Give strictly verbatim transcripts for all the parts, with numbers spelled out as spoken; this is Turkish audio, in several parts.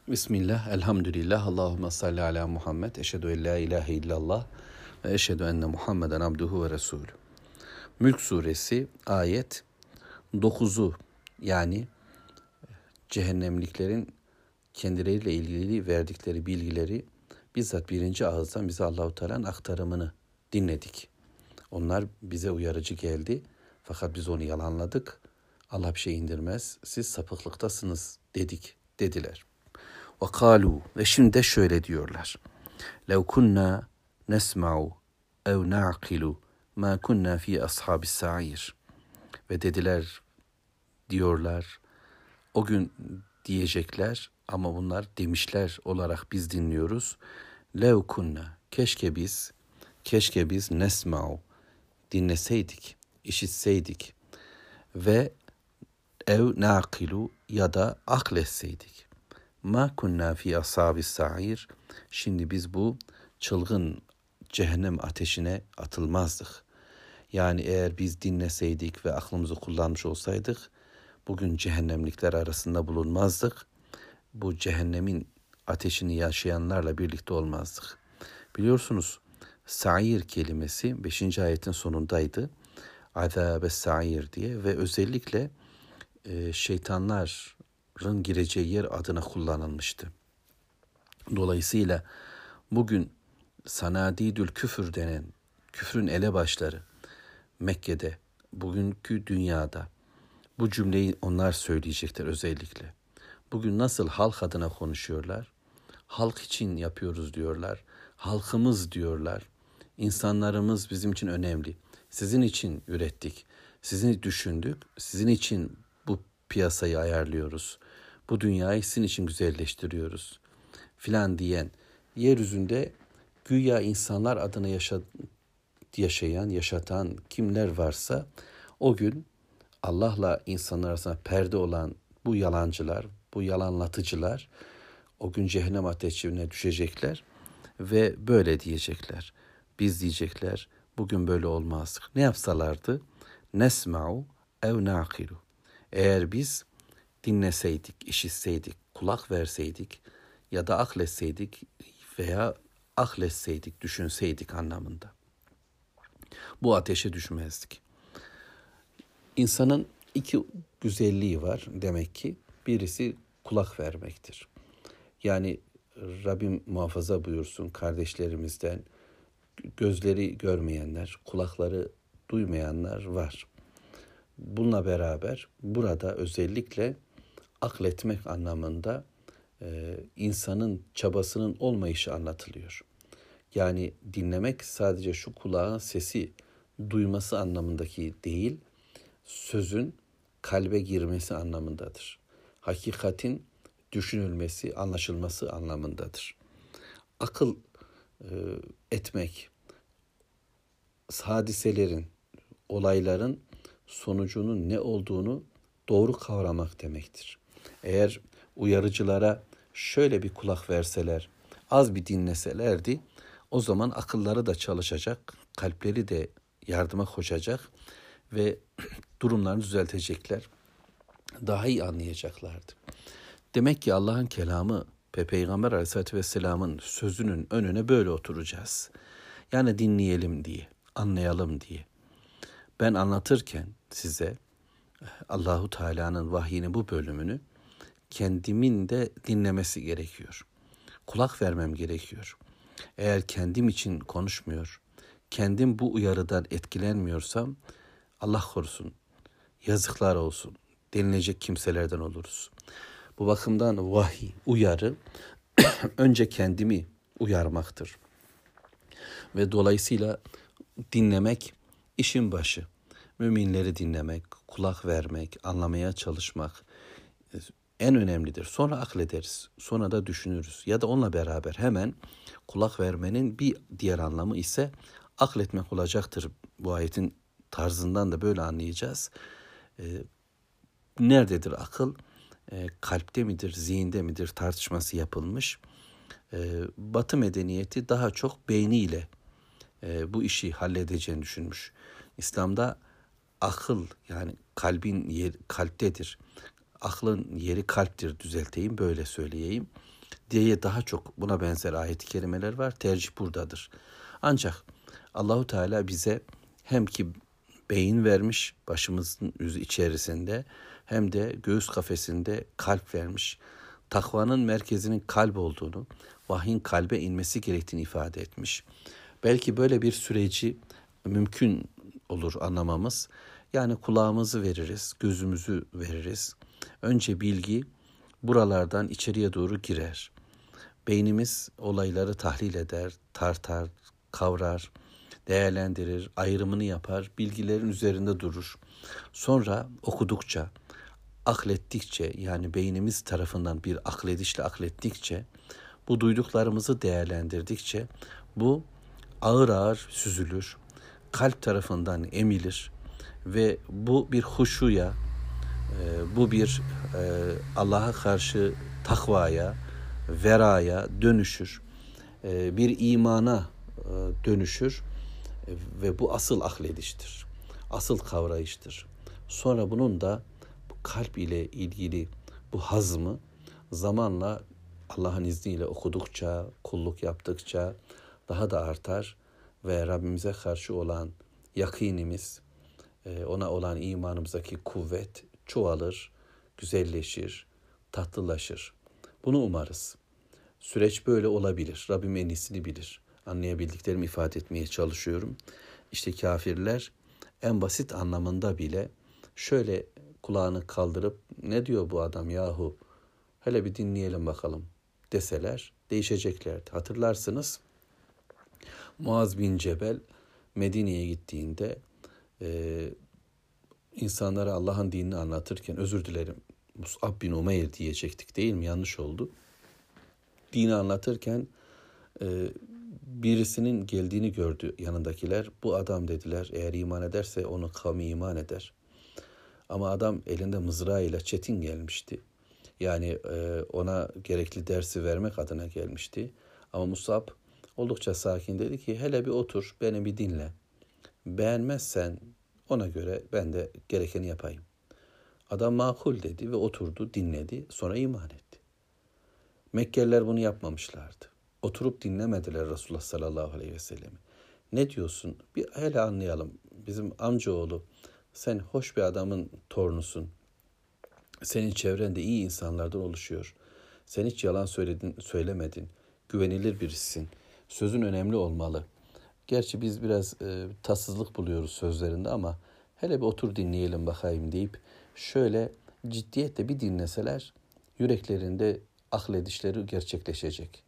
Bismillah, elhamdülillah, Allahümme salli ala Muhammed, eşhedü en la ilahe illallah ve eşhedü enne Muhammeden abduhu ve resulü. Mülk suresi ayet dokuzu, yani cehennemliklerin kendileriyle ilgili verdikleri bilgileri bizzat birinci ağızdan bize Allahu Teala'nın aktarımını dinledik. Onlar bize uyarıcı geldi fakat biz onu yalanladık. Allah bir şey indirmez, siz sapıklıktasınız dedik dediler. Ve kalu, ve şimdi de şöyle diyorlar. Lev kunna nesma'u ev na'kilu ma kunna fi ashabis sa'ir. Ve dediler, diyorlar, o gün diyecekler ama bunlar demişler olarak biz dinliyoruz. Lev kunna, keşke biz, keşke biz nesma'u, dinleseydik, işitseydik ve ev na'kilu, ya da akletseydik. Ma kunna fi ashabis sa'ir. Şimdi biz bu çılgın cehennem ateşine atılmazdık. Yani eğer biz dinleseydik ve aklımızı kullanmış olsaydık, bugün cehennemlikler arasında bulunmazdık. Bu cehennemin ateşini yaşayanlarla birlikte olmazdık. Biliyorsunuz, sa'ir kelimesi beşinci ayetin sonundaydı. Azâbe sa'ir diye ve özellikle e, şeytanlar gireceği yer adına kullanılmıştı. Dolayısıyla bugün sanadidül küfür denen küfrün elebaşları Mekke'de, bugünkü dünyada bu cümleyi onlar söyleyecekler özellikle. Bugün nasıl halk adına konuşuyorlar? Halk için yapıyoruz diyorlar. Halkımız diyorlar. İnsanlarımız bizim için önemli. Sizin için ürettik. Sizin düşündük. Sizin için bu piyasayı ayarlıyoruz. Bu dünyayı sizin için güzelleştiriyoruz filan diyen, yeryüzünde güya insanlar adına yaşa, yaşayan, yaşatan kimler varsa o gün Allah'la insanlar arasında perde olan bu yalancılar, bu yalanlatıcılar o gün cehennem ateşine düşecekler ve böyle diyecekler. Biz diyecekler, bugün böyle olmazdık. Ne yapsalardı? Nesma'u ev nakilu. Eğer biz dinleseydik, işitseydik, kulak verseydik ya da akletseydik veya akletseydik, düşünseydik anlamında. Bu ateşe düşmezdik. İnsanın iki güzelliği var demek ki. Birisi kulak vermektir. Yani Rabbim muhafaza buyursun kardeşlerimizden gözleri görmeyenler, kulakları duymayanlar var. Bununla beraber burada özellikle akletmek anlamında e, insanın çabasının olmayışı anlatılıyor. Yani dinlemek sadece şu kulağın sesi duyması anlamındaki değil, sözün kalbe girmesi anlamındadır. Hakikatin düşünülmesi, anlaşılması anlamındadır. Akıl e, etmek, hadiselerin, olayların sonucunun ne olduğunu doğru kavramak demektir. Eğer uyarıcılara şöyle bir kulak verseler, az bir dinleselerdi, o zaman akılları da çalışacak, kalpleri de yardıma koşacak ve durumlarını düzeltecekler. Daha iyi anlayacaklardı. Demek ki Allah'ın kelamı ve Peygamber Aleyhisselatü Vesselam'ın sözünün önüne böyle oturacağız. Yani dinleyelim diye, anlayalım diye. Ben anlatırken size Allahu Teala'nın vahyinin bu bölümünü kendimin de dinlemesi gerekiyor. Kulak vermem gerekiyor. Eğer kendim için konuşmuyor, kendim bu uyarıdan etkilenmiyorsam Allah korusun, yazıklar olsun, denilecek kimselerden oluruz. Bu bakımdan vahiy, uyarı önce kendimi uyarmaktır. Ve dolayısıyla dinlemek işin başı. Müminleri dinlemek, kulak vermek, anlamaya çalışmak en önemlidir. Sonra aklederiz, sonra da düşünürüz. Ya da onunla beraber hemen kulak vermenin bir diğer anlamı ise akletmek olacaktır. Bu ayetin tarzından da böyle anlayacağız. Ee, nerededir akıl? Ee, kalpte midir, zihinde midir tartışması yapılmış. Ee, Batı medeniyeti daha çok beyniyle e, bu işi halledeceğini düşünmüş. İslam'da akıl, yani kalbin yer, kalptedir. aklın yeri kalptir düzelteyim, böyle söyleyeyim diye daha çok buna benzer ayet-i kerimeler var. Tercih buradadır. Ancak Allahu Teala bize hem ki beyin vermiş başımızın yüzü içerisinde, hem de göğüs kafesinde kalp vermiş. Takvanın merkezinin kalp olduğunu, vahyin kalbe inmesi gerektiğini ifade etmiş. Belki böyle bir süreci mümkün olur anlamamız. Yani kulağımızı veririz, gözümüzü veririz. Önce bilgi buralardan içeriye doğru girer. Beynimiz olayları tahlil eder, tartar, kavrar, değerlendirir, ayrımını yapar, bilgilerin üzerinde durur. Sonra okudukça, aklettikçe, yani beynimiz tarafından bir akledişle aklettikçe, bu duyduklarımızı değerlendirdikçe bu ağır ağır süzülür, kalp tarafından emilir ve bu bir huşuya, bu bir Allah'a karşı takvaya, veraya dönüşür, bir imana dönüşür ve bu asıl aklediştir, asıl kavrayıştır. Sonra bunun da bu kalp ile ilgili bu hazmı zamanla Allah'ın izniyle okudukça, kulluk yaptıkça daha da artar ve Rabbimize karşı olan yakinimiz, ona olan imanımızdaki kuvvet çoğalır, güzelleşir, tatlılaşır. Bunu umarız. Süreç böyle olabilir. Rabbim en iyisini bilir. Anlayabildiklerimi ifade etmeye çalışıyorum. İşte kafirler en basit anlamında bile şöyle kulağını kaldırıp ne diyor bu adam yahu, hele bir dinleyelim bakalım deseler değişeceklerdi. Hatırlarsınız Muaz bin Cebel Medine'ye gittiğinde e, insanlara Allah'ın dinini anlatırken, özür dilerim Mus'ab bin Umeyr diyecektik değil mi? Yanlış oldu. Dini anlatırken e, birisinin geldiğini gördü yanındakiler. Bu adam dediler eğer iman ederse onu kavmi iman eder. Ama adam elinde mızrağıyla çetin gelmişti. Yani e, ona gerekli dersi vermek adına gelmişti. Ama Mus'ab oldukça sakin dedi ki hele bir otur, beni bir dinle. Beğenmezsen ona göre ben de gerekeni yapayım. Adam makul dedi ve oturdu, dinledi, sonra iman etti. Mekkeliler bunu yapmamışlardı. Oturup dinlemediler Resulullah sallallahu aleyhi ve sellem'i. Ne diyorsun? Bir hele anlayalım. Bizim amcaoğlu, sen hoş bir adamın torunusun. Senin çevrende iyi insanlardan oluşuyor. Sen hiç yalan söyledin, söylemedin. Güvenilir birisin. Sözün önemli olmalı. Gerçi biz biraz e, tatsızlık buluyoruz sözlerinde ama hele bir otur dinleyelim bakayım deyip şöyle ciddiyetle bir dinleseler yüreklerinde akledişleri gerçekleşecek.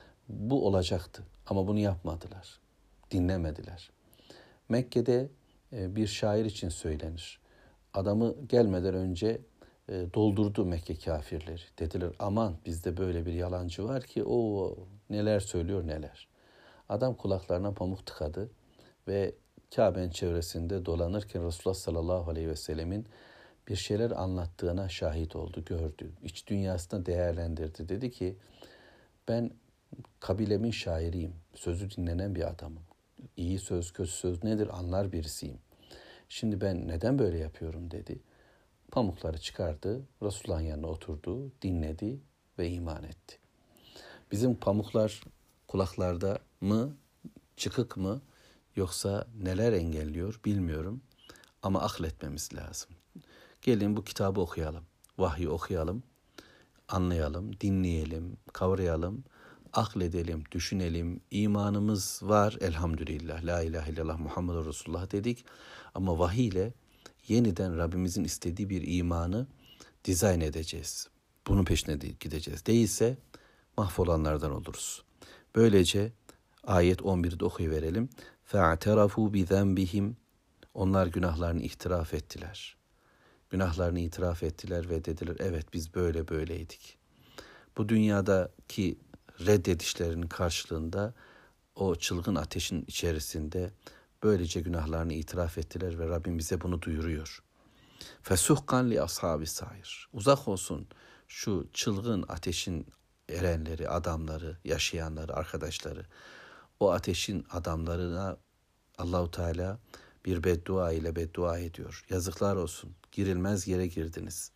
Bu olacaktı ama bunu yapmadılar. Dinlemediler. Mekke'de e, bir şair için söylenir. Adamı gelmeden önce e, doldurdu Mekke kafirleri. Dediler aman bizde böyle bir yalancı var ki o neler söylüyor neler. Adam kulaklarına pamuk tıkadı ve Kabe'nin çevresinde dolanırken Resulullah sallallahu aleyhi ve sellemin bir şeyler anlattığına şahit oldu, gördü. İç dünyasında değerlendirdi. Dedi ki ben kabilemin şairiyim, sözü dinlenen bir adamım. İyi söz, kötü söz nedir anlar birisiyim. Şimdi ben neden böyle yapıyorum dedi. Pamukları çıkardı, Resulullah'ın yanına oturdu, dinledi ve iman etti. Bizim pamuklar kulaklarda mı, çıkık mı, yoksa neler engelliyor bilmiyorum ama akletmemiz lazım. Gelin bu kitabı okuyalım, vahyi okuyalım, anlayalım, dinleyelim, kavrayalım, akledelim, düşünelim. İmanımız var elhamdülillah, la ilahe illallah Muhammedur Resulullah dedik ama vahiy ile yeniden Rabbimizin istediği bir imanı dizayn edeceğiz. Bunun peşine gideceğiz. Değilse mahvolanlardan oluruz. Böylece ayet on birde okuyuverelim. فَاَعْتَرَفُوا بِذَنْبِهِمْ Onlar günahlarını itiraf ettiler. Günahlarını itiraf ettiler ve dediler evet biz böyle böyleydik. Bu dünyadaki reddedişlerinin karşılığında o çılgın ateşin içerisinde böylece günahlarını itiraf ettiler ve Rabbim bize bunu duyuruyor. فَسُحْقًا لِأَصْحَابِ السَّعِيرِ Uzak olsun şu çılgın ateşin erenleri, adamları, yaşayanları, arkadaşları. O ateşin adamlarına Allahu Teala bir beddua ile beddua ediyor. Yazıklar olsun, girilmez yere girdiniz.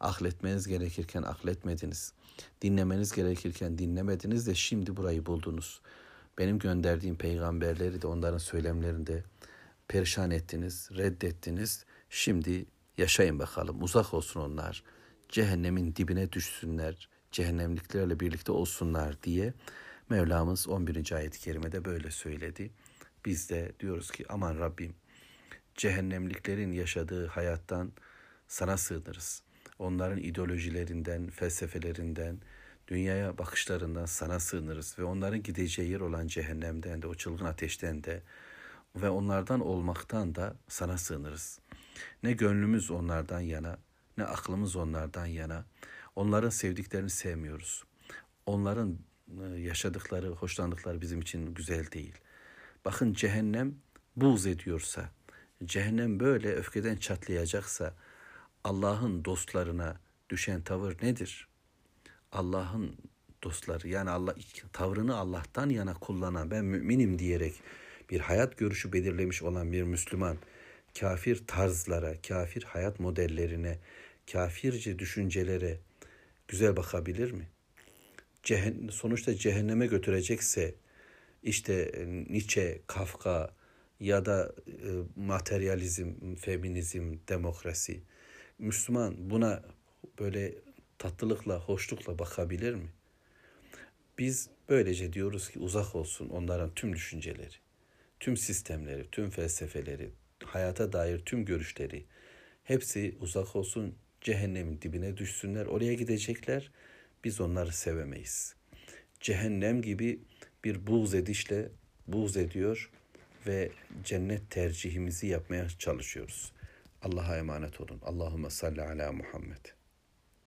Akletmeniz gerekirken akletmediniz. Dinlemeniz gerekirken dinlemediniz de şimdi burayı buldunuz. Benim gönderdiğim peygamberleri de onların söylemlerinde perişan ettiniz, reddettiniz. Şimdi yaşayın bakalım, uzak olsun onlar. Cehennemin dibine düşsünler, cehennemliklerle birlikte olsunlar diye Mevlamız on birinci ayet-i kerimede böyle söyledi. Biz de diyoruz ki aman Rabbim, cehennemliklerin yaşadığı hayattan sana sığınırız. Onların ideolojilerinden, felsefelerinden, dünyaya bakışlarından sana sığınırız ve onların gideceği yer olan cehennemden de, o çılgın ateşten de ve onlardan olmaktan da sana sığınırız. Ne gönlümüz onlardan yana, ne aklımız onlardan yana. Onların sevdiklerini sevmiyoruz. Onların yaşadıkları, hoşlandıkları bizim için güzel değil. Bakın cehennem buğz ediyorsa, cehennem böyle öfkeden çatlayacaksa, Allah'ın dostlarına düşen tavır nedir? Allah'ın dostları, yani Allah tavrını Allah'tan yana kullanan, ben müminim diyerek bir hayat görüşü belirlemiş olan bir Müslüman, kafir tarzlara, kafir hayat modellerine, kafirce düşüncelere güzel bakabilir mi? Cehen, sonuçta cehenneme götürecekse, işte Nietzsche, Kafka ya da e, materyalizm, feminizm, demokrasi, Müslüman buna böyle tatlılıkla, hoşlukla bakabilir mi? Biz böylece diyoruz ki uzak olsun onların tüm düşünceleri, tüm sistemleri, tüm felsefeleri, hayata dair tüm görüşleri, hepsi uzak olsun, cehennemin dibine düşsünler, oraya gidecekler, biz onları sevemeyiz. Cehennem gibi bir buğz edişle buğz ediyor ve cennet tercihimizi yapmaya çalışıyoruz. Allah'a emanet olun. Allahümme salli ala Muhammed.